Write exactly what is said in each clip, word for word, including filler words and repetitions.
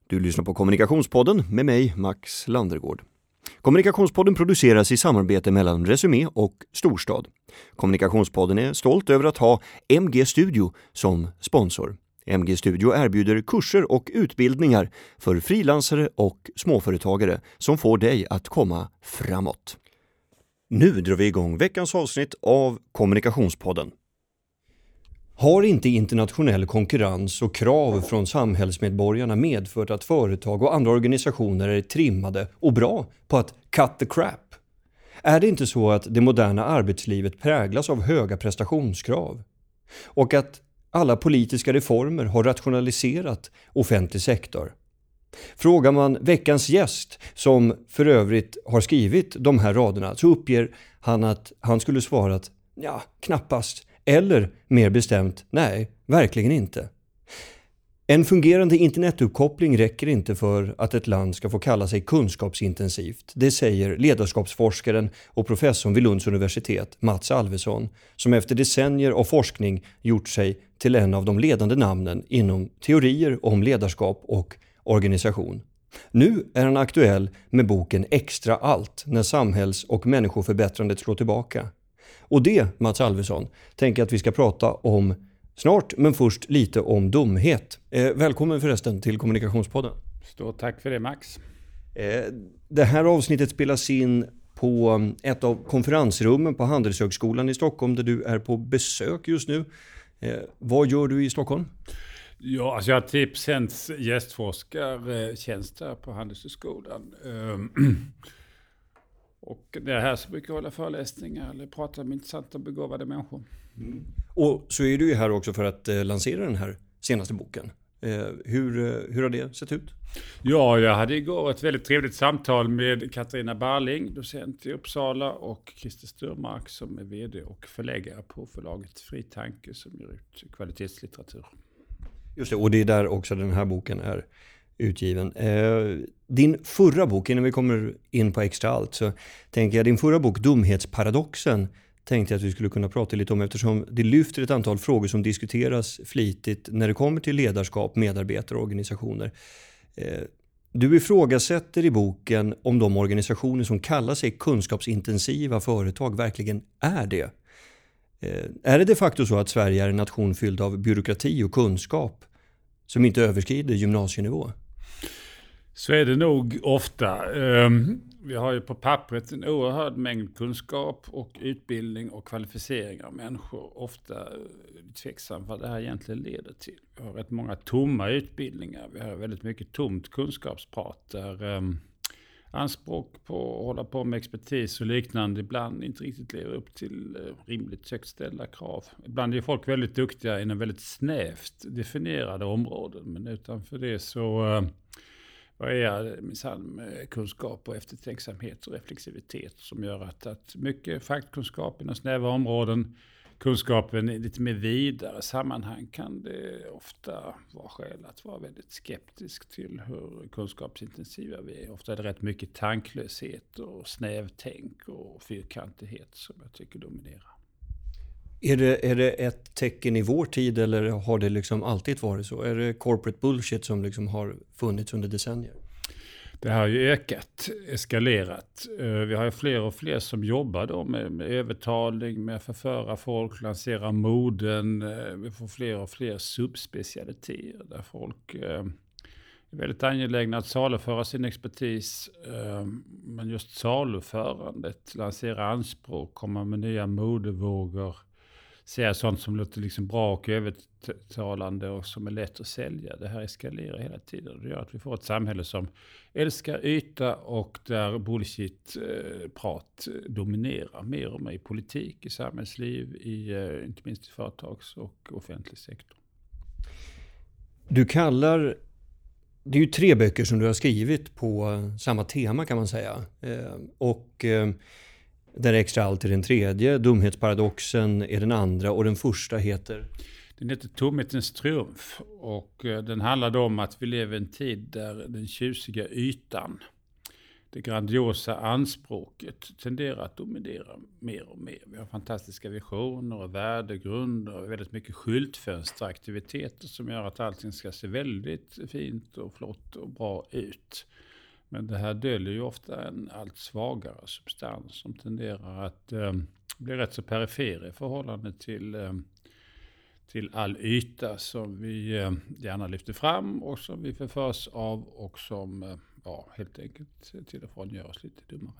Du lyssnar på Kommunikationspodden med mig, Max Landergård. Kommunikationspodden produceras i samarbete mellan Resumé och Storstad. Kommunikationspodden är stolt över att ha M G Studio som sponsor. M G Studio erbjuder kurser och utbildningar för frilansare och småföretagare som får dig att komma framåt. Nu drar vi igång veckans avsnitt av Kommunikationspodden. Har inte internationell konkurrens och krav från samhällsmedborgarna medfört att företag och andra organisationer är trimmade och bra på att cut the crap? Är det inte så att det moderna arbetslivet präglas av höga prestationskrav? Och att alla politiska reformer har rationaliserat offentlig sektor? Frågar man veckans gäst, som för övrigt har skrivit de här raderna, så uppger han att han skulle svara att ja, knappast. Eller mer bestämt, nej, verkligen inte. En fungerande internetuppkoppling räcker inte för att ett land ska få kalla sig kunskapsintensivt. Det säger ledarskapsforskaren och professorn vid Lunds universitet, Mats Alvesson, som efter decennier av forskning gjort sig till en av de ledande namnen inom teorier om ledarskap och organisation. Nu är han aktuell med boken Extra allt, när samhälls- och människoförbättrandet slår tillbaka. Och det, Mats Alvesson, tänker jag att vi ska prata om snart, men först lite om dumhet. Eh, välkommen förresten till Kommunikationspodden. Stort tack för det, Max. Eh, det här avsnittet spelas in på ett av konferensrummen på Handelshögskolan i Stockholm, där du är på besök just nu. Eh, vad gör du i Stockholm? Ja, alltså jag har tipsens gästforskartjänster på Handelshögskolan. Och det är här som brukar hålla föreläsningar eller prata med intressanta och begåvade människor. Mm. Och så är du ju här också för att eh, lansera den här senaste boken. Eh, hur, eh, hur har det sett ut? Ja, jag hade igår ett väldigt trevligt samtal med Katarina Barling, docent i Uppsala, och Christer Sturmark som är vd och förläggare på förlaget Fri Tanke som ger ut kvalitetslitteratur. Just det, och det är där också den här boken är utgiven. Eh, din förra bok, innan vi kommer in på Extra allt, så tänker jag din förra bok, Dumhetsparadoxen, tänkte jag att vi skulle kunna prata lite om, eftersom det lyfter ett antal frågor som diskuteras flitigt när det kommer till ledarskap, medarbetare och organisationer. Eh, du ifrågasätter i boken om de organisationer som kallar sig kunskapsintensiva företag verkligen är det. Eh, är det de facto så att Sverige är en nation fylld av byråkrati och kunskap som inte överskrider gymnasienivå? Så är det nog ofta. Vi har ju på pappret en oerhörd mängd kunskap och utbildning och kvalificering av människor. Ofta tveksamt vad det här egentligen leder till. Vi har rätt många tomma utbildningar. Vi har väldigt mycket tomt kunskapsprat där anspråk på att hålla på med expertis och liknande ibland inte riktigt lever upp till rimligt högt ställda krav. Ibland är folk väldigt duktiga inom väldigt snävt definierade områden, men utanför det så vad är minsann med kunskap och eftertänksamhet och reflexivitet som gör att, att mycket faktkunskap inom snäva områden, kunskapen i lite mer vidare sammanhang, kan det ofta vara skäl att vara väldigt skeptisk till hur kunskapsintensiva vi är. Ofta är det rätt mycket tanklöshet och snävtänk och fyrkantighet som jag tycker dominerar. Är det, är det ett tecken i vår tid, eller har det liksom alltid varit så? Är det corporate bullshit som liksom har funnits under decennier? Det har ju ökat, eskalerat. Vi har ju fler och fler som jobbar då med, med övertalning, med att förföra folk, lansera moden. Vi får fler och fler subspecialiteter där folk är väldigt angelägna att saluföra sin expertis. Men just saluförandet, lansera anspråk, komma med nya modevågor, säga sånt som låter liksom bra och övertalande och som är lätt att sälja. Det här eskalerar hela tiden. Det gör att vi får ett samhälle som älskar yta och där bullshit-prat dominerar mer och mer i politik, i samhällsliv, i, inte minst i företags- och offentlig sektor. Du kallar, det är ju tre böcker som du har skrivit på samma tema kan man säga. Och där Extra allt är den tredje, Dumhetsparadoxen är den andra och den första heter? Den heter Tomhetens triumf och den handlar om att vi lever i en tid där den tjusiga ytan det grandiosa anspråket tenderar att dominera mer och mer. Vi har fantastiska visioner och värdegrunder och väldigt mycket skyltfönsteraktiviteter som gör att allting ska se väldigt fint och flott och bra ut. Men det här döljer ju ofta en allt svagare substans som tenderar att eh, bli rätt så perifer i förhållande till, eh, till all yta som vi eh, gärna lyfter fram och som vi förförs av och som eh, ja, helt enkelt till och från gör oss lite dummare.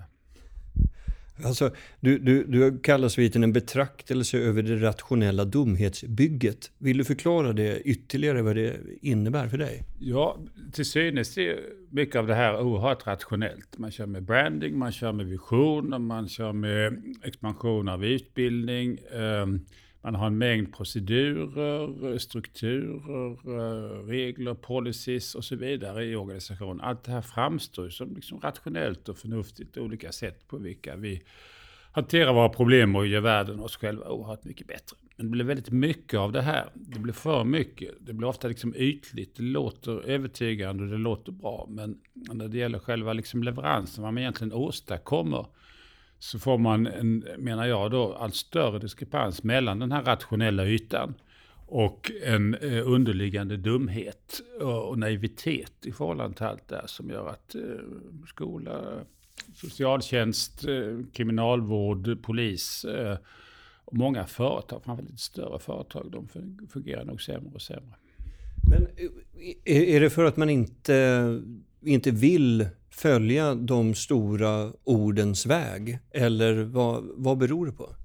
Alltså, du, du, du kallar sviten en betraktelse över det rationella dumhetsbygget. Vill du förklara det ytterligare vad det innebär för dig? Ja, till synes är mycket av det här oerhört rationellt. Man kör med branding, man kör med vision, man kör med expansion av utbildning. Man har en mängd procedurer, strukturer, regler, policies och så vidare i organisationen. Allt det här framstår som liksom rationellt och förnuftigt, olika sätt på vilka vi hanterar våra problem och gör världen och oss själva oerhört mycket bättre. Men det blir väldigt mycket av det här. Det blir för mycket. Det blir ofta liksom ytligt. Det låter övertygande och det låter bra. Men när det gäller själva liksom leveransen, vad man egentligen åstadkommer, så får man, en, menar jag då, allt större diskrepans mellan den här rationella ytan och en eh, underliggande dumhet och, och naivitet i förhållande till allt det här som gör att eh, skola, socialtjänst, eh, kriminalvård, polis eh, och många företag, framförallt lite större företag, de fungerar nog sämre och sämre. Men är, är det för att man inte, inte vill följa de stora ordens väg? Eller vad, vad beror det på?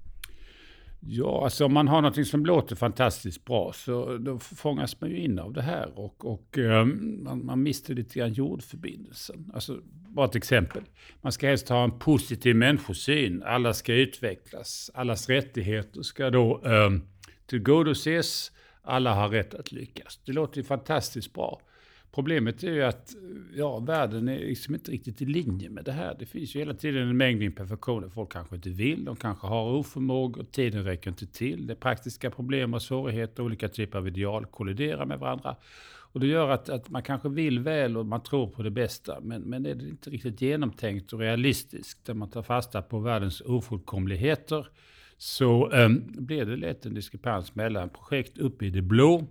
Ja, alltså om man har något som låter fantastiskt bra så då fångas man ju in av det här och, och um, man, man mister lite grann jordförbindelsen. Alltså, bara ett exempel. Man ska helst ha en positiv människosyn. Alla ska utvecklas. Allas rättigheter ska då um, tillgodoses. Alla har rätt att lyckas. Det låter ju fantastiskt bra. Problemet är ju att ja, världen är liksom inte riktigt i linje med det här. Det finns ju hela tiden en mängd imperfektioner. Folk kanske inte vill, de kanske har oförmåga och tiden räcker inte till. Det är praktiska problem och svårigheter, olika typer av ideal kolliderar med varandra. Och det gör att, att man kanske vill väl och man tror på det bästa. Men, men är det inte riktigt genomtänkt och realistiskt där man tar fasta på världens ofullkomligheter så um, blir det lätt en diskrepans mellan projekt uppe i det blå,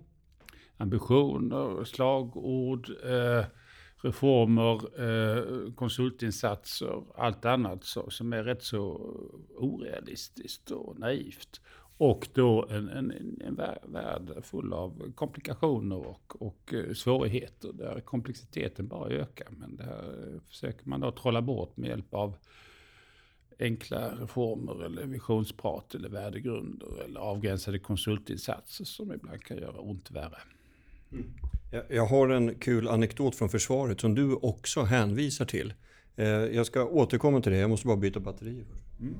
ambitioner, slagord, eh, reformer, eh, konsultinsatser, allt annat så, som är rätt så orealistiskt och naivt. Och då en, en, en värld full av komplikationer och, och svårigheter där komplexiteten bara ökar. Men det här försöker man då trolla bort med hjälp av enkla reformer eller visionsprat eller värdegrunder eller avgränsade konsultinsatser som ibland kan göra ont värre. Mm. Jag har en kul anekdot från försvaret som du också hänvisar till. Jag ska återkomma till det, jag måste bara byta batterier först. Mm.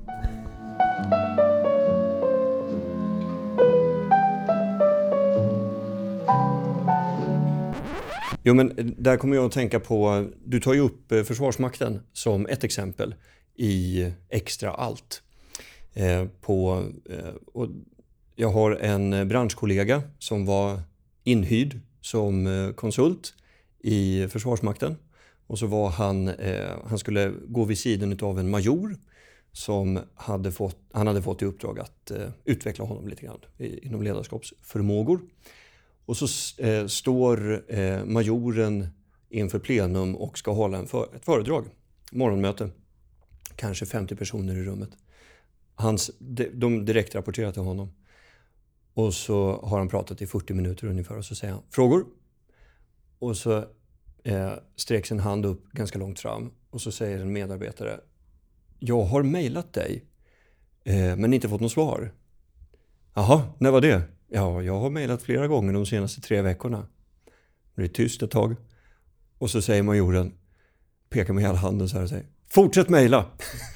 Jo, men där kommer jag att tänka på, du tar ju upp Försvarsmakten som ett exempel i Extra allt. Eh, på, eh, och jag har en branschkollega som var inhyrd som eh, konsult i Försvarsmakten. Och så var han, eh, han skulle gå vid sidan av en major som hade fått, han hade fått i uppdrag att eh, utveckla honom lite grann i, inom ledarskapsförmågor. Och så eh, står eh, majoren inför plenum och ska hålla en för, ett föredrag, morgonmöte. Kanske femtio personer i rummet. Hans, de, de direkt rapporterar till honom. Och så har han pratat i fyrtio minuter ungefär och så säger han frågor. Och så eh, sträcks en hand upp ganska långt fram och så säger en medarbetare: jag har mejlat dig eh, men inte fått något svar. Jaha, när var det? Ja, jag har mejlat flera gånger de senaste tre veckorna. Det blir tyst ett tag. Och så säger majoren, pekar med hela handen så här och säger: fortsätt mejla!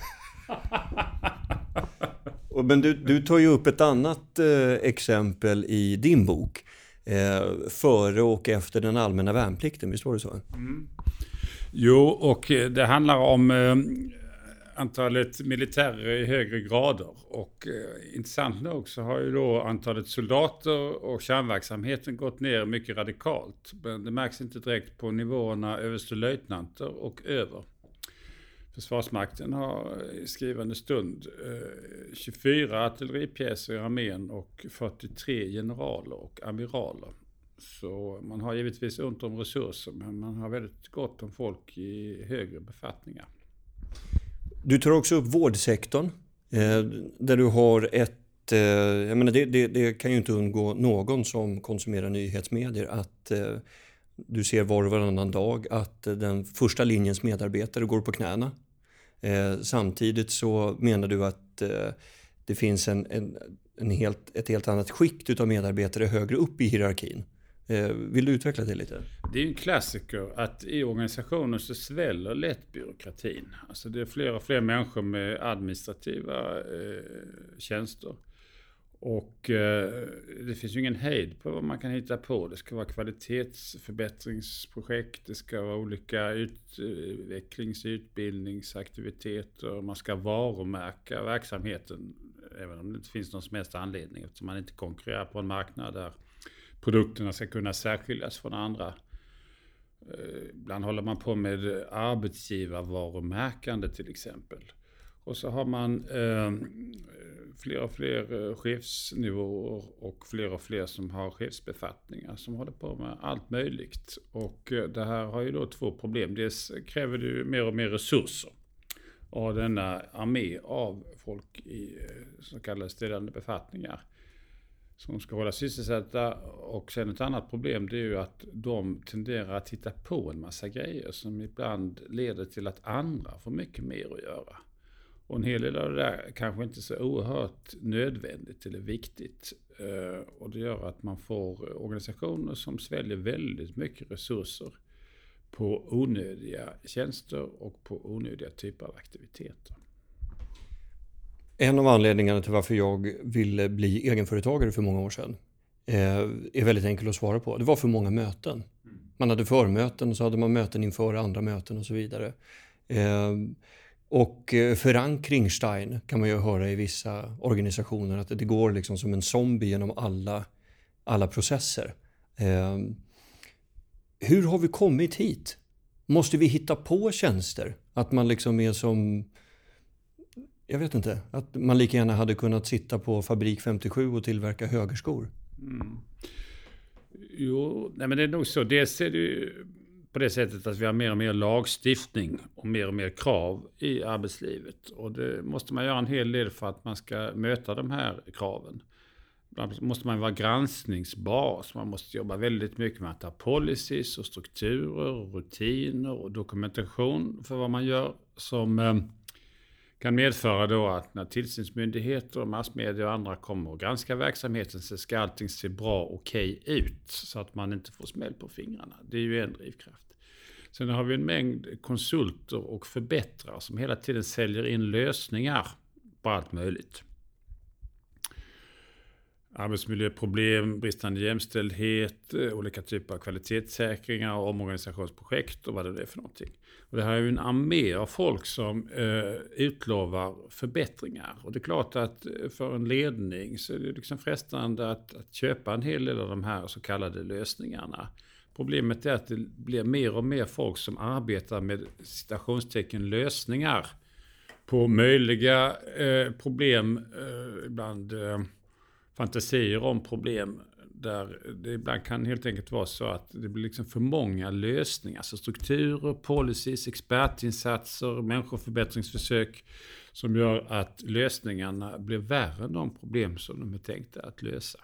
Men du, du tar ju upp ett annat eh, exempel i din bok. Eh, före och efter den allmänna värnplikten, visst var det så? Mm. Jo, och det handlar om eh, antalet militärer i högre grader. Och eh, intressant nog så har ju då antalet soldater och kärnverksamheten gått ner mycket radikalt. Men det märks inte direkt på nivåerna överstelöjtnanter och över. Försvarsmakten har i skrivande stund eh, tjugofyra artilleripjäser i armén och fyrtiotre generaler och amiraler. Så man har givetvis ont om resurser, men man har väldigt gott om folk i högre befattningar. Du tar också upp vårdsektorn eh, där du har ett, eh, jag menar det, det, det kan ju inte undgå någon som konsumerar nyhetsmedier att eh, du ser var och varannan dag att eh, den första linjens medarbetare går på knäna. Eh, samtidigt så menar du att eh, det finns en, en, en helt, ett helt annat skikt utav medarbetare högre upp i hierarkin. Eh, vill du utveckla det lite? Det är ju en klassiker att i organisationen så sväller lätt byråkratin. Alltså det är fler och fler människor med administrativa eh, tjänster. Och eh, det finns ju ingen hejd på vad man kan hitta på. Det ska vara kvalitetsförbättringsprojekt, det ska vara olika utvecklings- och utbildningsaktiviteter. Man ska varumärka verksamheten, även om det inte finns någon som helst anledning, eftersom man inte konkurrerar på en marknad där produkterna ska kunna särskiljas från andra. Ibland håller man på med arbetsgivarvarumärkande till exempel. Och så har man eh, fler och fler chefsnivåer och fler och fler som har chefsbefattningar som håller på med allt möjligt. Och eh, det här har ju då två problem. Dels kräver det mer och mer resurser av denna armé av folk i eh, så kallade styrande befattningar som ska hålla sysselsatta. Och sen ett annat problem, det är ju att de tenderar att titta på en massa grejer som ibland leder till att andra får mycket mer att göra. Och en hel del av det där kanske inte så oerhört nödvändigt eller viktigt. Och det gör att man får organisationer som sväljer väldigt mycket resurser på onödiga tjänster och på onödiga typer av aktiviteter. En av anledningarna till varför jag ville bli egenföretagare för många år sedan är väldigt enkel att svara på. Det var för många möten. Man hade förmöten och så hade man möten inför andra möten och så vidare. Och förankringstein kan man ju höra i vissa organisationer att det går liksom som en zombie genom alla, alla processer. Hur har vi kommit hit? Måste vi hitta på tjänster? Att man liksom är som... Jag vet inte, att man lika gärna hade kunnat sitta på fabrik femtiosju och tillverka högerskor. Mm. Jo, nej men det är nog så. Dels är det ju på det sättet att vi har mer och mer lagstiftning och mer och mer krav i arbetslivet. Och det måste man göra en hel del för att man ska möta de här kraven. Ibland måste man vara granskningsbar, så man måste jobba väldigt mycket med att ha policies och strukturer och rutiner och dokumentation för vad man gör som... Eh, kan medföra då att när tillsynsmyndigheter och massmedia och andra kommer och granskar verksamheten så ska allting se bra och okej ut så att man inte får smäll på fingrarna. Det är ju en drivkraft. Sen har vi en mängd konsulter och förbättrare som hela tiden säljer in lösningar på allt möjligt. Arbetsmiljöproblem, bristande jämställdhet, olika typer av kvalitetssäkringar, omorganisationsprojekt och vad det är för någonting. Och det här är ju en armé av folk som eh, utlovar förbättringar. Och det är klart att för en ledning så är det liksom frestande att, att köpa en hel del av de här så kallade lösningarna. Problemet är att det blir mer och mer folk som arbetar med citationstecken lösningar på möjliga eh, problem, eh, ibland eh, fantasier om problem där det ibland kan helt enkelt vara så att det blir liksom för många lösningar. Alltså strukturer, policies, expertinsatser, människoförbättringsförsök som gör att lösningarna blir värre än de problem som de är tänkta att lösa.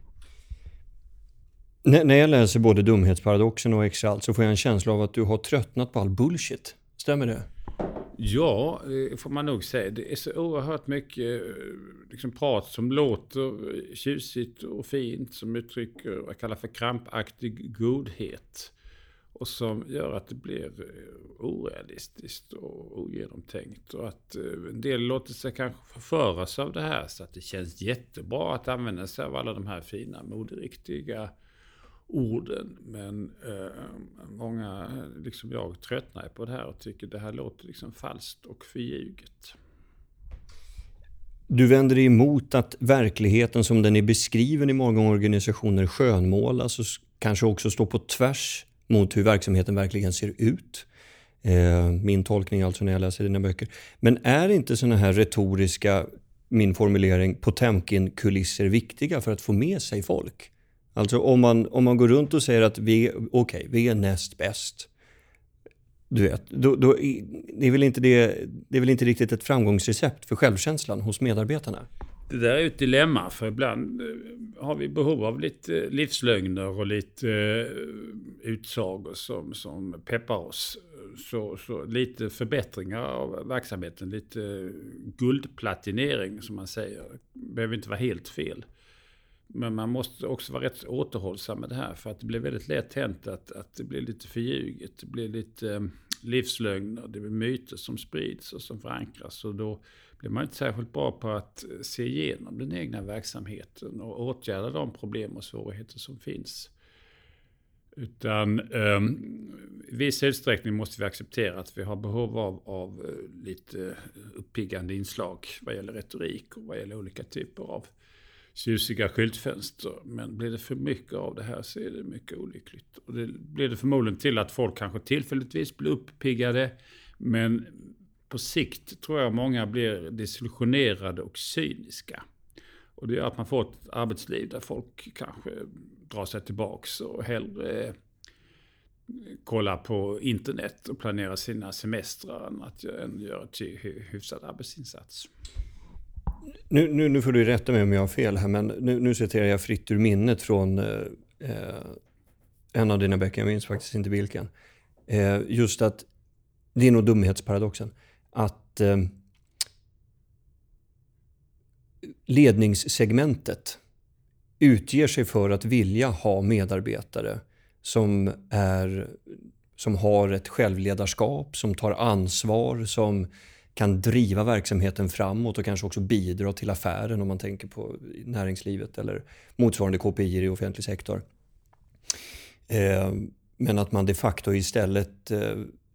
När jag läser både Dumhetsparadoxen och Exalt så får jag en känsla av att du har tröttnat på all bullshit. Stämmer det? Ja, det får man nog säga. Det är så oerhört mycket liksom, prat som låter tjusigt och fint, som uttrycker vad jag kallar för krampaktig godhet och som gör att det blir orealistiskt och ogenomtänkt och att en del låter sig kanske förföras av det här så att det känns jättebra att använda sig av alla de här fina, moderiktiga orden, men eh, många, liksom jag, tröttnar på det här och tycker det här låter liksom falskt och förljuget. Du vänder dig emot att verkligheten som den är beskriven i många organisationer skönmålas och kanske också står på tvärs mot hur verksamheten verkligen ser ut. Eh, min tolkning alltså när jag läser dina böcker. Men är inte såna här retoriska, min formulering, Potemkin-kulisser viktiga för att få med sig folk? Alltså om man, om man går runt och säger att vi, okay, vi är näst bäst. Du vet, då, då, det, är väl inte det, det är väl inte riktigt ett framgångsrecept för självkänslan hos medarbetarna. Det där är ett dilemma, för ibland har vi behov av lite livslögner och lite utsagor som, som peppar oss. Så, så lite förbättringar av verksamheten, lite guldplatinering som man säger, behöver inte vara helt fel. Men man måste också vara rätt återhållsam med det här, för att det blir väldigt lätt hänt att, att det blir lite förljuget, det blir lite eh, livslögner, det blir myter som sprids och som förankras, och då blir man inte särskilt bra på att se igenom den egna verksamheten och åtgärda de problem och svårigheter som finns. Utan eh, i viss utsträckning måste vi acceptera att vi har behov av, av eh, lite uppiggande inslag vad gäller retorik och vad gäller olika typer av tjusiga skyltfönster. Men blir det för mycket av det här så är det mycket olyckligt. Och det blir det förmodligen till att folk kanske tillfälligtvis blir uppiggade, men på sikt tror jag många blir desillusionerade och cyniska. Och det gör att man får ett arbetsliv där folk kanske drar sig tillbaks och hellre kollar på internet och planerar sina semestrar än att än göra ett hyfsad arbetsinsats. Nu, nu, nu får du rätta mig om jag har fel här, men nu, nu citerar jag fritt ur minnet från eh, en av dina böcker, jag minns faktiskt inte vilken. Eh, just att, det är nog dumhetsparadoxen, att eh, ledningssegmentet utger sig för att vilja ha medarbetare som, är, som har ett självledarskap, som tar ansvar, som kan driva verksamheten framåt och kanske också bidra till affären om man tänker på näringslivet eller motsvarande K P I i offentlig sektor. Eh, men att man de facto istället eh,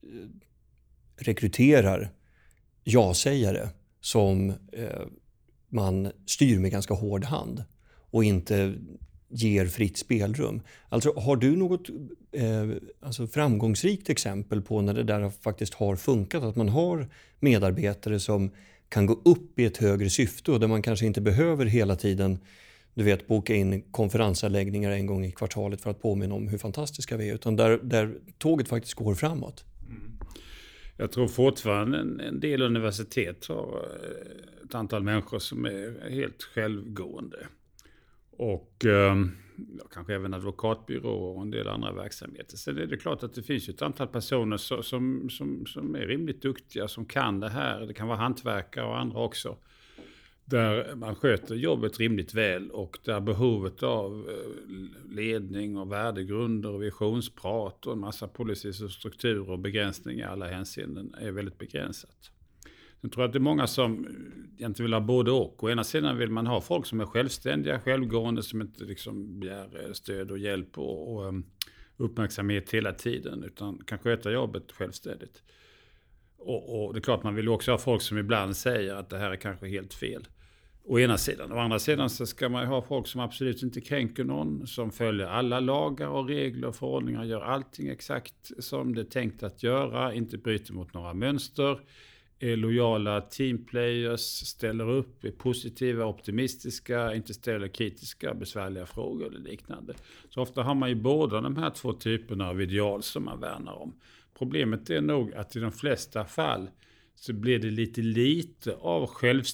rekryterar ja-sägare som eh, man styr med ganska hård hand och inte ger fritt spelrum. Alltså har du något eh, alltså framgångsrikt exempel på när det där faktiskt har funkat, att man har medarbetare som kan gå upp i ett högre syfte och där man kanske inte behöver hela tiden, du vet, boka in konferensanläggningar en gång i kvartalet för att påminna om hur fantastiska vi är, utan där, där tåget faktiskt går framåt? Mm. Jag tror fortfarande en, en del universitet har ett antal människor som är helt självgående. Och eh, kanske även advokatbyråer och en del andra verksamheter. Så det är det klart att det finns ett antal personer som, som, som, som är rimligt duktiga, som kan det här. Det kan vara hantverkare och andra också. Där man sköter jobbet rimligt väl och där behovet av ledning och värdegrunder och visionsprat och en massa policies och strukturer och begränsningar i alla hänseenden är väldigt begränsat. Jag tror att det är många som egentligen vill ha både och. Å ena sidan vill man ha folk som är självständiga, självgående, som inte liksom begär stöd och hjälp och, och uppmärksamhet hela tiden, utan kan sköta jobbet självständigt. Och, och det är klart, man vill också ha folk som ibland säger att det här är kanske helt fel. Å ena sidan. Å andra sidan så ska man ha folk som absolut inte kränker någon, som följer alla lagar och regler och förordningar, gör allting exakt som det är tänkt att göra, inte bryter mot några mönster, är lojala teamplayers, ställer upp, är positiva, optimistiska, inte ställer kritiska, besvärliga frågor eller liknande. Så ofta har man ju båda de här två typerna av ideal som man värnar om. Problemet är nog att i de flesta fall så blir det lite lite av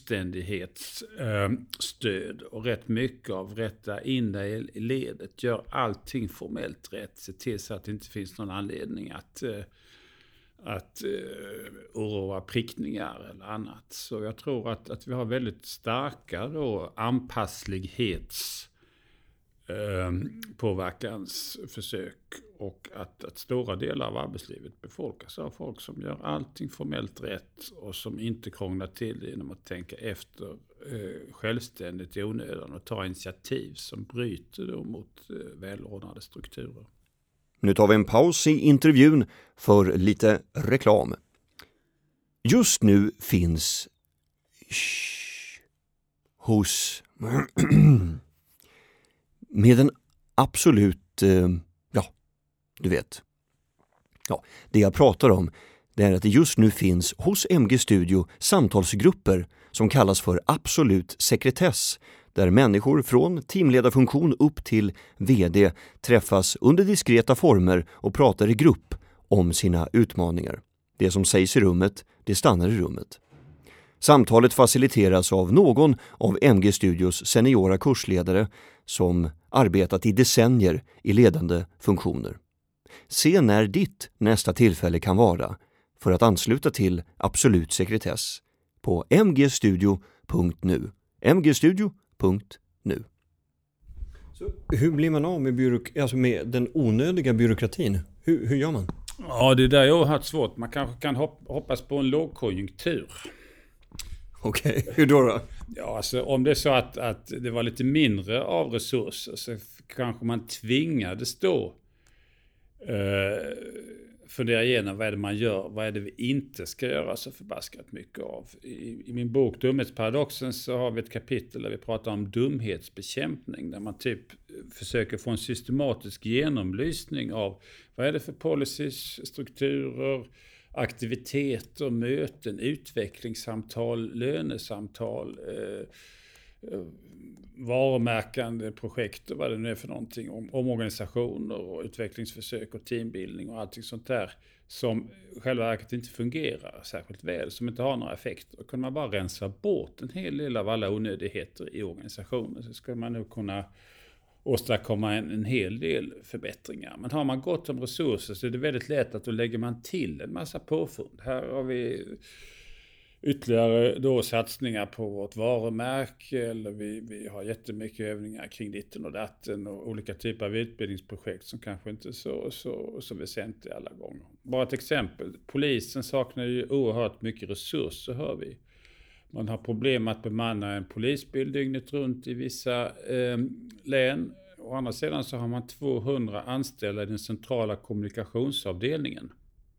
självständighetsstöd och rätt mycket av rätta in där i ledet. Gör allting formellt rätt, se till så att det inte finns någon anledning att att uh, oroa prickningar eller annat. Så jag tror att, att vi har väldigt starka då anpasslighets uh, påverkansförsök och att, att stora delar av arbetslivet befolkas av folk som gör allting formellt rätt och som inte krånglar till genom att tänka efter uh, självständigt i onödan och ta initiativ som bryter då mot uh, välordnade strukturer. Nu tar vi en paus i intervjun för lite reklam. Just nu finns shh, hos med en absolut, ja, du vet. Ja, det jag pratar om, det är att det just nu finns hos M G Studio samtalsgrupper som kallas för absolut sekretess, där människor från teamledarfunktion upp till vd träffas under diskreta former och pratar i grupp om sina utmaningar. Det som sägs i rummet, det stannar i rummet. Samtalet faciliteras av någon av M G Studios seniora kursledare som arbetat i decennier i ledande funktioner. Se när ditt nästa tillfälle kan vara för att ansluta till absolut sekretess på m g studio punkt nu. m g studio punkt nu. Så hur blir man av med, byråk- alltså med den onödiga byråkratin? Hur, hur gör man? Ja, det där är oerhört svårt. Man kanske kan hoppas på en lågkonjunktur. Okej, okay. Hur då då? Ja, alltså om det är så att, att det var lite mindre av resurser så kanske man tvingades då eh, fundera igenom vad är det man gör, vad är det vi inte ska göra så förbaskat mycket av. I, i min bok Dumhetsparadoxen så har vi ett kapitel där vi pratar om dumhetsbekämpning, där man typ försöker få en systematisk genomlysning av vad är det för policies, strukturer, aktiviteter, möten, utvecklingssamtal, lönesamtal, eh, eh, varumärkande projekt och vad det nu är för någonting, om, omorganisationer och utvecklingsförsök och teambildning och allting sånt där som själva verket inte fungerar särskilt väl, som inte har några effekter. Och kunde man bara rensa bort en hel del av alla onödigheter i organisationen så skulle man nog kunna åstadkomma en, en hel del förbättringar. Men har man gott om resurser så är det väldigt lätt att då lägger man till en massa påfund. Här har vi ytterligare då satsningar på vårt varumärke, eller vi, vi har jättemycket övningar kring ditten och datten och olika typer av utbildningsprojekt som kanske inte är så, så, så väsentliga alla gånger. Bara ett exempel. Polisen saknar ju oerhört mycket resurser, hör vi. Man har problem att bemanna en polisbil dygnet runt i vissa eh, län. Å andra sidan så har man tvåhundra anställda i den centrala kommunikationsavdelningen.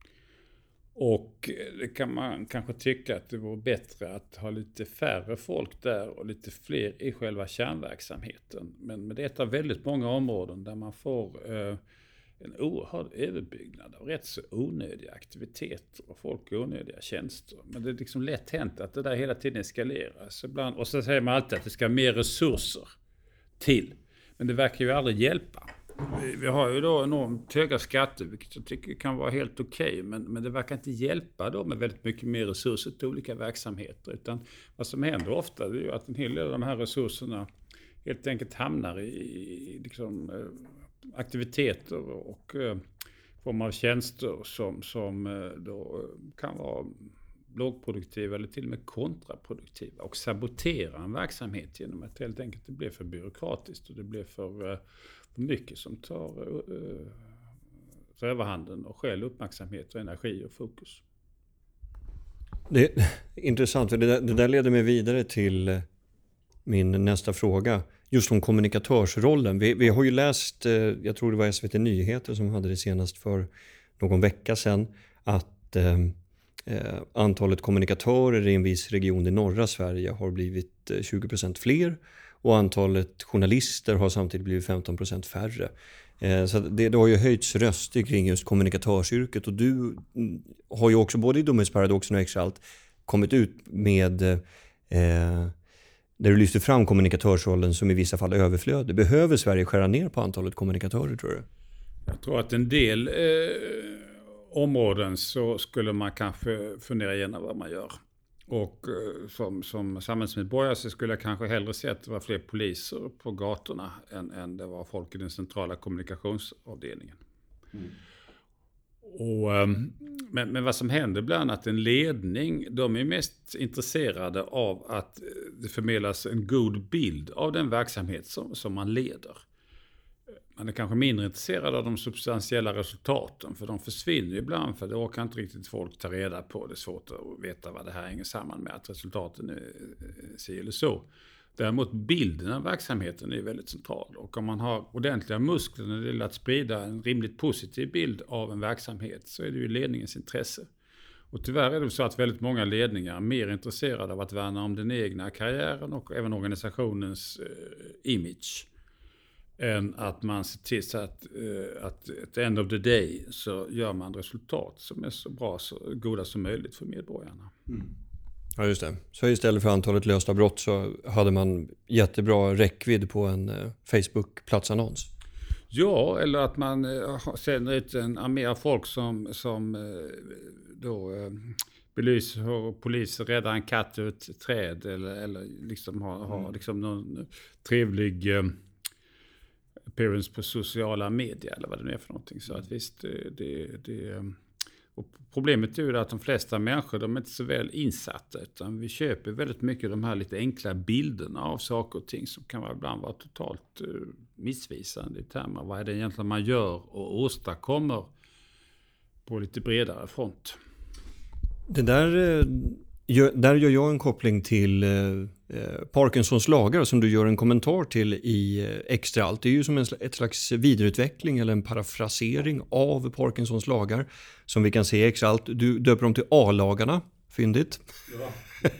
Och det kan man kanske tycka att det vore bättre att ha lite färre folk där och lite fler i själva kärnverksamheten. Men, men det är ett av väldigt många områden där man får eh, en oerhörd överbyggnad av rätt så onödiga aktiviteter och folk onödiga tjänster. Men det är liksom lätt hänt att det där hela tiden eskaleras. Ibland, och så säger man alltid att det ska mer resurser till. Men det verkar ju aldrig hjälpa. Vi, vi har ju då enormt höga skatter, vilket jag tycker kan vara helt okej. Okay, men, men det verkar inte hjälpa då med väldigt mycket mer resurser till olika verksamheter. Utan vad som händer ofta är ju att en hel del av de här resurserna helt enkelt hamnar i, i liksom, aktiviteter och eh, form av tjänster som, som eh, då kan vara lågproduktiva eller till och med kontraproduktiva och sabotera en verksamhet genom att helt enkelt det blir för byråkratiskt och det blir för, eh, för mycket som tar eh, överhanden och skäl uppmärksamhet och energi och fokus. Det är intressant, för det där, det där leder mig vidare till min nästa fråga. Just om kommunikatörsrollen. Vi, vi har ju läst, jag tror det var S V T Nyheter som hade det senast för någon vecka sedan, att eh, antalet kommunikatörer i en viss region i norra Sverige har blivit tjugo procent fler och antalet journalister har samtidigt blivit femton procent färre. Eh, så det, det har ju höjts röster kring just kommunikatörsyrket, och du har ju också både i Dumhetsparadoxen och Extra Allt kommit ut med eh, där du lyfter fram kommunikatörsrollen som i vissa fall överflödig. Behöver Sverige skära ner på antalet kommunikatörer, tror du? Jag tror att en del eh, områden så skulle man kanske fundera igenom vad man gör. Och eh, som, som samhällsmedborgare så skulle jag kanske hellre se att det var fler poliser på gatorna än, än det var folk i den centrala kommunikationsavdelningen. Mm. Och, men, men vad som händer ibland är att en ledning, de är mest intresserade av att det förmedlas en god bild av den verksamhet som, som man leder. Man är kanske mindre intresserad av de substantiella resultaten, för de försvinner ibland, för det orkar inte riktigt folk ta reda på. Det är svårt att veta vad det här hänger samman med, att resultaten är si eller så. Däremot bilden av verksamheten är väldigt central, och om man har ordentliga muskler när det gäller att sprida en rimligt positiv bild av en verksamhet så är det ju ledningens intresse. Och tyvärr är det så att väldigt många ledningar är mer intresserade av att värna om den egna karriären och även organisationens eh, image än att man ser till så att, uh, att at the end of the day så gör man resultat som är så bra, så goda som möjligt för medborgarna. Mm. Ja, just det. Så istället för antalet lösta brott så hade man jättebra räckvidd på en uh, Facebook-platsannons. Ja, eller att man uh, sänder ut en armé av folk som, som uh, då uh, belyser hur poliser räddar en katt ur ett träd, eller, eller liksom har, mm. har liksom någon trevlig uh, appearance på sociala medier eller vad det är för någonting. Så att visst, det, det, det och problemet är ju att de flesta människor, de är inte så väl insatta, utan vi köper väldigt mycket de här lite enkla bilderna av saker och ting som kan vara ibland vara totalt uh, missvisande i termer. Vad är det egentligen man gör och åstadkommer på lite bredare front? Det där, gör, där gör jag en koppling till eh, Parkinsons lagar som du gör en kommentar till i Extra allt. Det är ju som en, ett slags vidareutveckling eller en parafrasering av Parkinsons lagar som vi kan se i Extra allt. Du döper dem till A-lagarna, fyndigt. Ja.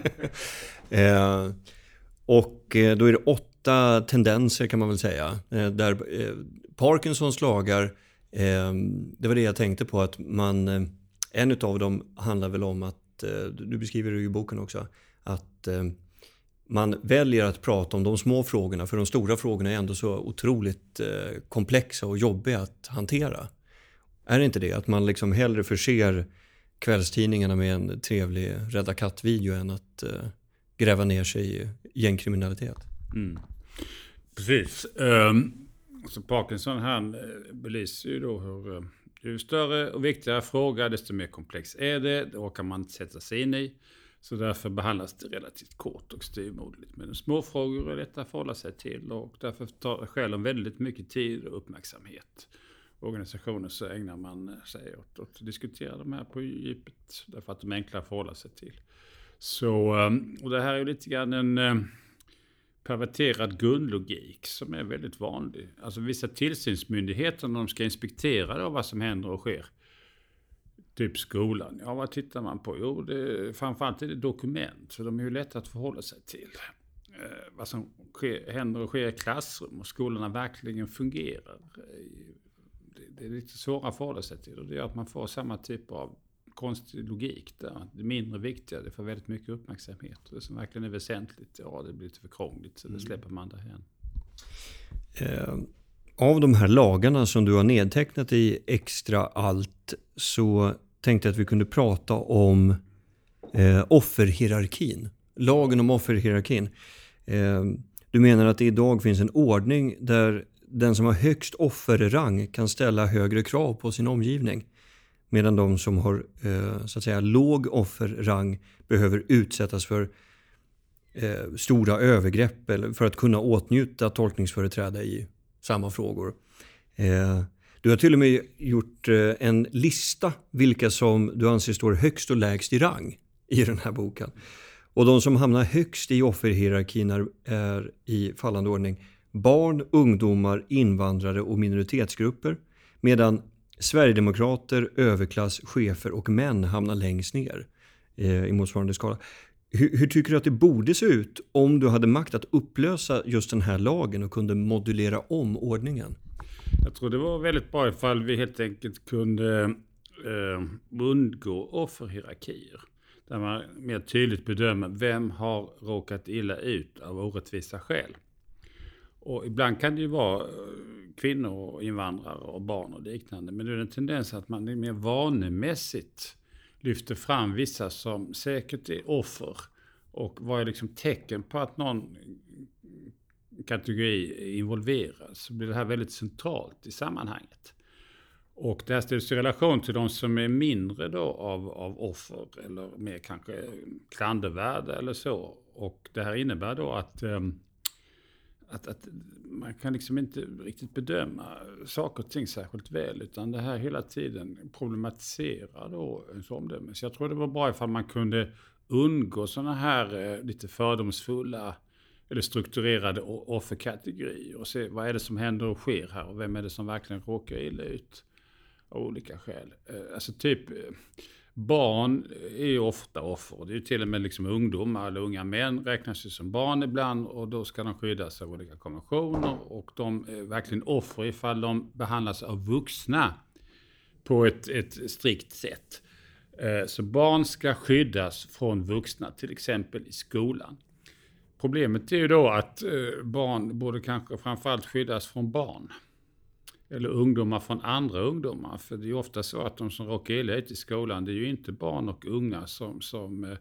eh, och då är det åtta tendenser kan man väl säga. Eh, där eh, Parkinsons lagar, eh, det var det jag tänkte på, att man... Eh, En av dem handlar väl om att, du beskriver det i boken också, att man väljer att prata om de små frågorna, för de stora frågorna är ändå så otroligt komplexa och jobbiga att hantera. Är det inte det? Att man liksom hellre förser kvällstidningarna med en trevlig rädda katt-video än att gräva ner sig i gängkriminalitet? Mm. Precis. Um, så Parkinson, han belyser ju då hur... Ju större och viktigare fråga, desto mer komplex är det. Då kan man inte sätta sig in i. Så därför behandlas det relativt kort och styvmoderligt. Men små frågor är detta att förhålla sig till. Och därför tar själv väldigt mycket tid och uppmärksamhet. Organisationer så ägnar man sig åt att diskutera de här på djupet. Därför att de är enkla att förhålla sig till. Så, och det här är ju lite grann en... perverterad grundlogik som är väldigt vanlig. Alltså vissa tillsynsmyndigheter, när de ska inspektera då vad som händer och sker. Typ skolan. Ja, vad tittar man på? Jo, det, framförallt är det dokument. Så de är ju lätta att förhålla sig till. Eh, vad som sker, händer och sker i klassrum och skolorna verkligen fungerar. Det, det är lite svåra att förhålla sig till. Och det gör att man får samma typ av konstig logik där. Det mindre viktiga, det får väldigt mycket uppmärksamhet. Det som verkligen är väsentligt, ja, det blir lite för krångligt, så det släpper man därhen. Eh, av de här lagarna som du har nedtecknat i Extra allt, så tänkte jag att vi kunde prata om eh, offerhierarkin. Lagen om offerhierarkin. Eh, du menar att det idag finns en ordning där den som har högst offerrang kan ställa högre krav på sin omgivning. Medan de som har eh, så att säga låg offerrang behöver utsättas för eh, stora övergrepp eller för att kunna åtnjuta tolkningsföreträde i samma frågor. Eh, du har till och med gjort eh, en lista vilka som du anser står högst och lägst i rang i den här boken. Och de som hamnar högst i offerhierarkin är, är i fallande ordning barn, ungdomar, invandrare och minoritetsgrupper, medan Sverigedemokrater, överklass, chefer och män hamnar längst ner eh, i motsvarande skala. Hur, hur tycker du att det borde se ut om du hade makt att upplösa just den här lagen och kunde modulera om ordningen? Jag tror det var väldigt bra ifall vi helt enkelt kunde eh, undgå offerhierarkier. Där man mer tydligt bedömer vem har råkat illa ut av orättvisa skäl. Och ibland kan det ju vara kvinnor, invandrare och barn och liknande. Men det är en tendens att man mer vanemässigt lyfter fram vissa som säkert är offer. Och vad är liksom tecken på att någon kategori är involverad, så blir det här väldigt centralt i sammanhanget. Och det här ställs i relation till de som är mindre då av, av offer eller mer kanske klandervärda eller så. Och det här innebär då att... Um, Att, att man kan liksom inte riktigt bedöma saker och ting särskilt väl, utan det här hela tiden problematiserar då ens omdöme. Så jag tror det var bra ifall man kunde undgå sådana här eh, lite fördomsfulla eller strukturerade offerkategorier och se vad är det som händer och sker här och vem är det som verkligen råkar illa ut av olika skäl. Eh, alltså typ... Eh, barn är ju ofta offer. Det är ju till och med liksom ungdomar eller unga män räknas ju som barn ibland och då ska de skyddas av olika konventioner och de är verkligen offer ifall de behandlas av vuxna på ett, ett strikt sätt. Så barn ska skyddas från vuxna, till exempel i skolan. Problemet är ju då att barn borde kanske framförallt skyddas från barn. Eller ungdomar från andra ungdomar. För det är ju ofta så att de som råkar illa ut i skolan, det är ju inte barn och unga som, som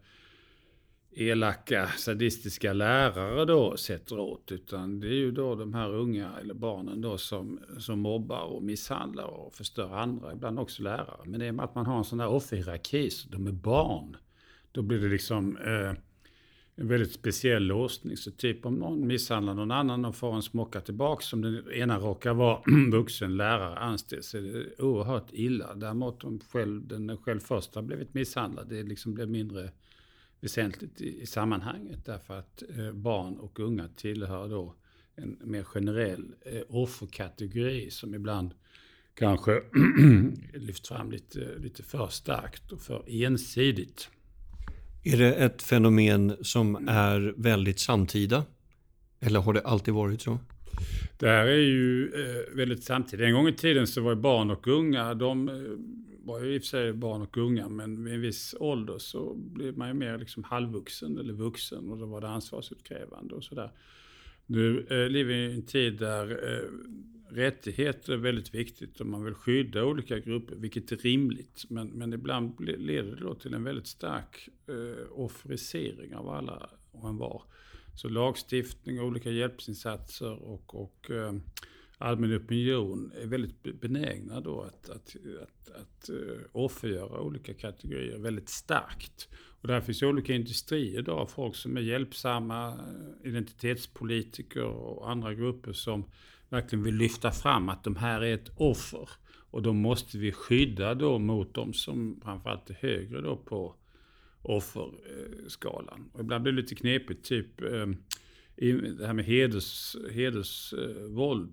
elaka, sadistiska lärare då sätter åt. Utan det är ju då de här unga eller barnen då som, som mobbar och misshandlar och förstör andra. Ibland också lärare. Men det är med att man har en sån här offerhierarki, så de är barn. Då blir det liksom eh, en väldigt speciell låsning. Så typ om någon misshandlar någon annan och får en smocka tillbaka, som den ena råkar vara vuxen lärare anställd, så är det oerhört illa. Däremot om själv, den själv först har blivit misshandlad, det liksom blir mindre väsentligt i, i sammanhanget. Därför att eh, barn och unga tillhör då en mer generell eh, offerkategori som ibland kanske lyft fram lite, lite för starkt och för ensidigt. Är det ett fenomen som är väldigt samtida? Eller har det alltid varit så? Det här är ju eh, väldigt samtidigt. En gång i tiden så var barn och unga, de eh, var ju i och för sig barn och unga, men vid en viss ålder så blev man ju mer liksom halvvuxen eller vuxen och då var det ansvarsutkrävande och sådär. Nu eh, lever vi i en tid där eh, rättigheter är väldigt viktigt och man vill skydda olika grupper, vilket är rimligt. Men, men ibland leder det då till en väldigt stark eh, offerisering av alla och en var. Så lagstiftning, olika hjälpsinsatser och, och eh, allmän opinion är väldigt benägna då att, att, att, att uh, offergöra olika kategorier väldigt starkt. Och där finns olika industrier då, folk som är hjälpsamma, identitetspolitiker och andra grupper som verkligen vill lyfta fram att de här är ett offer. Och då måste vi skydda då mot dem som framförallt är högre då på offerskalan. Och ibland blir det lite knepigt, typ eh, det här med heders, hedersvåld.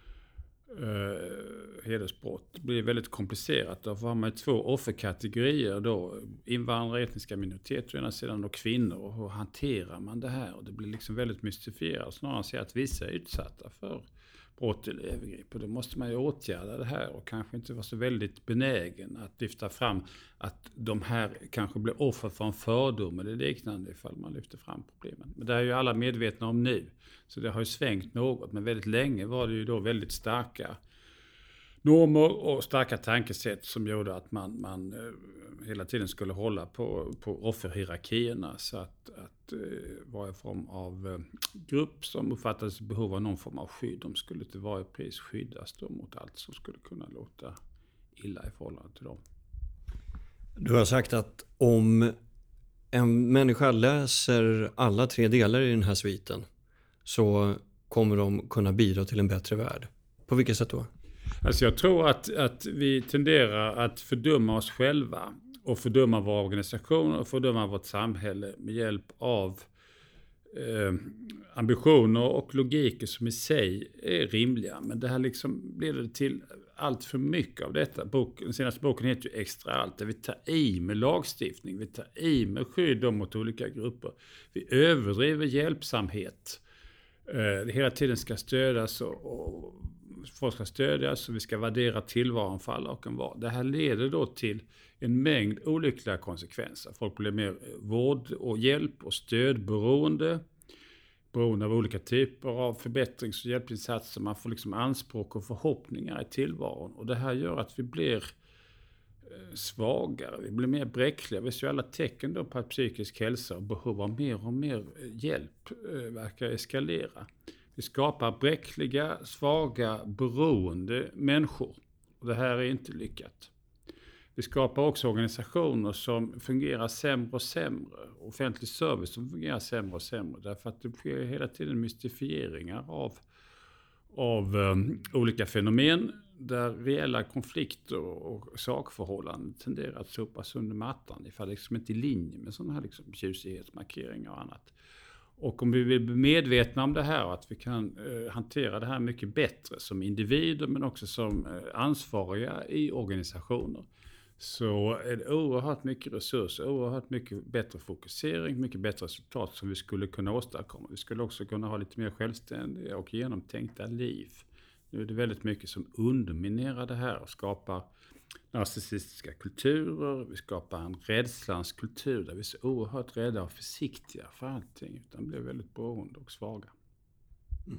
Uh, hedersbrott blir väldigt komplicerat. Därför har man två offerkategorier då, invandrare, etniska minoriteter å ena sidan och kvinnor, och hur hanterar man det här? Och det blir liksom väldigt mystifierat, snarare att säga att vissa är utsatta för brott eller övergrepp, och då måste man ju åtgärda det här och kanske inte vara så väldigt benägen att lyfta fram att de här kanske blir offer för en fördom eller liknande ifall man lyfter fram problemen. Men det är ju alla medvetna om nu, så det har ju svängt något, men väldigt länge var det ju då väldigt starka normer och starka tankesätt som gjorde att man, man eh, hela tiden skulle hålla på, på offerhierarkierna, så att, att eh, varje form av eh, grupp som uppfattades behov av någon form av skydd, de skulle till varje pris skyddas då mot allt som skulle kunna låta illa i förhållande till dem. Du har sagt att om en människa läser alla tre delar i den här sviten så kommer de kunna bidra till en bättre värld. På vilket sätt då? Alltså jag tror att, att vi tenderar att fördöma oss själva och fördöma våra organisationer och fördöma vårt samhälle med hjälp av eh, ambitioner och logiker som i sig är rimliga. Men det här liksom blir det till allt för mycket av detta. Bok, den senaste boken heter ju Extra allt, där vi tar i med lagstiftning, vi tar i med skydd mot olika grupper. Vi överdriver hjälpsamhet. Eh, hela tiden ska stödas och, och folk ska stödjas och vi ska värdera tillvaron för alla och en var. Det här leder då till en mängd olyckliga konsekvenser. Folk blir mer vård och hjälp och stödberoende, beroende av olika typer av förbättrings- och hjälpinsatser. Man får liksom anspråk och förhoppningar i tillvaron. Och det här gör att vi blir svagare, vi blir mer bräckliga. Vi ser alla tecken då på att psykisk hälsa och behov av mer och mer hjälp verkar eskalera. Vi skapar bräckliga, svaga, beroende människor. Och det här är inte lyckat. Vi skapar också organisationer som fungerar sämre och sämre. Offentlig service som fungerar sämre och sämre. Därför att det sker hela tiden mystifieringar av, av um, olika fenomen. Där reella konflikter och sakförhållanden tenderar att sopas under mattan. Ifall det liksom inte är i linje med sådana här liksom tjusighetsmarkeringar och annat. Och om vi vill bli medvetna om det här och att vi kan eh, hantera det här mycket bättre som individer men också som eh, ansvariga i organisationer, så är det oerhört mycket resurser, oerhört mycket bättre fokusering, mycket bättre resultat som vi skulle kunna åstadkomma. Vi skulle också kunna ha lite mer självständiga och genomtänkta liv. Nu är det väldigt mycket som underminerar det här och skapar narcissistiska kulturer. Vi skapar en rädslans kultur där vi är så oerhört rädda och försiktiga för allting, utan blir väldigt beroende och svaga. Mm.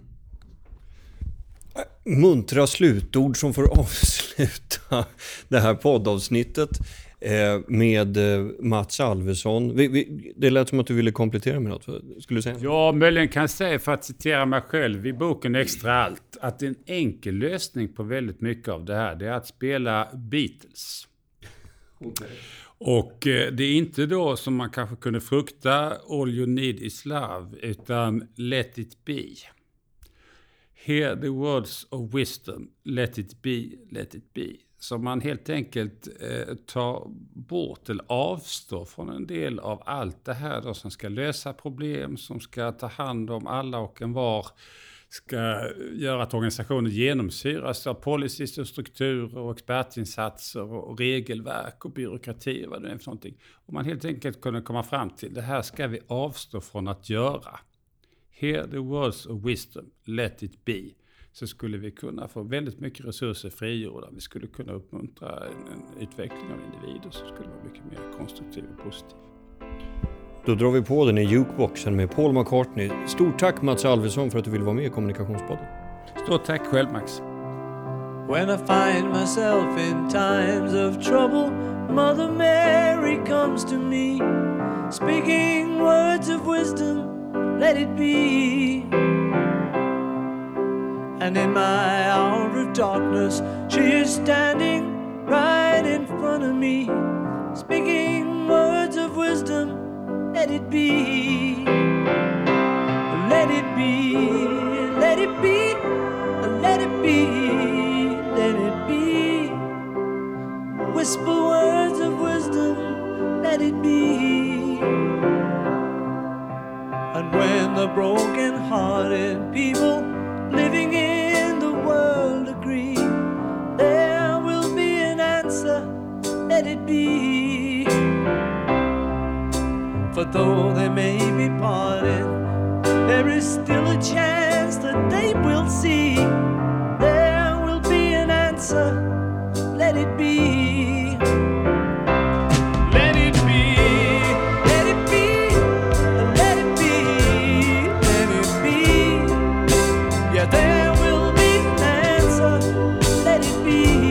Muntra slutord som får avsluta det här poddavsnittet med Mats Alvesson. Det lät som att du ville komplettera med något. Skulle du säga? Ja, möjligen kan jag säga, för att citera mig själv i boken Extra allt, att en enkel lösning på väldigt mycket av det här, det är att spela Beatles. Okay. Och det är inte då som man kanske kunde frukta All You Need Is Love, utan Let It Be. Hear the words of wisdom, let it be, let it be. Så man helt enkelt eh, tar bort eller avstår från en del av allt det här då, som ska lösa problem, som ska ta hand om alla och en var, ska göra att organisationen genomsyras av policies och strukturer och expertinsatser och regelverk och byråkrati och vad det är för någonting. Och man helt enkelt kunde komma fram till, det här ska vi avstå från att göra. Hear the words of wisdom, let it be. Så skulle vi kunna få väldigt mycket resurser frigjorda. Vi skulle kunna uppmuntra en, en utveckling av individer som skulle vara mycket mer konstruktiv och positiv. Då drar vi på den i jukeboxen med Paul McCartney. Stort tack Mats Alvesson för att du ville vara med i Kommunikationspodden. Stort tack själv Max. When I find myself in times of trouble, Mother Mary comes to me, speaking words of wisdom, let it be. And in my hour of darkness, she is standing right in front of me, speaking words of wisdom, let it be. Let it be, let it be, let it be, let it be. Whisper words of wisdom, let it be. And when the broken-hearted people living in the world agree, there will be an answer, let it be. For though they may be parted, there is still a chance that they will see. There will be an answer, let it be. Let it be, let it be, let it be, let it be. Yeah, there will be an answer, let it be.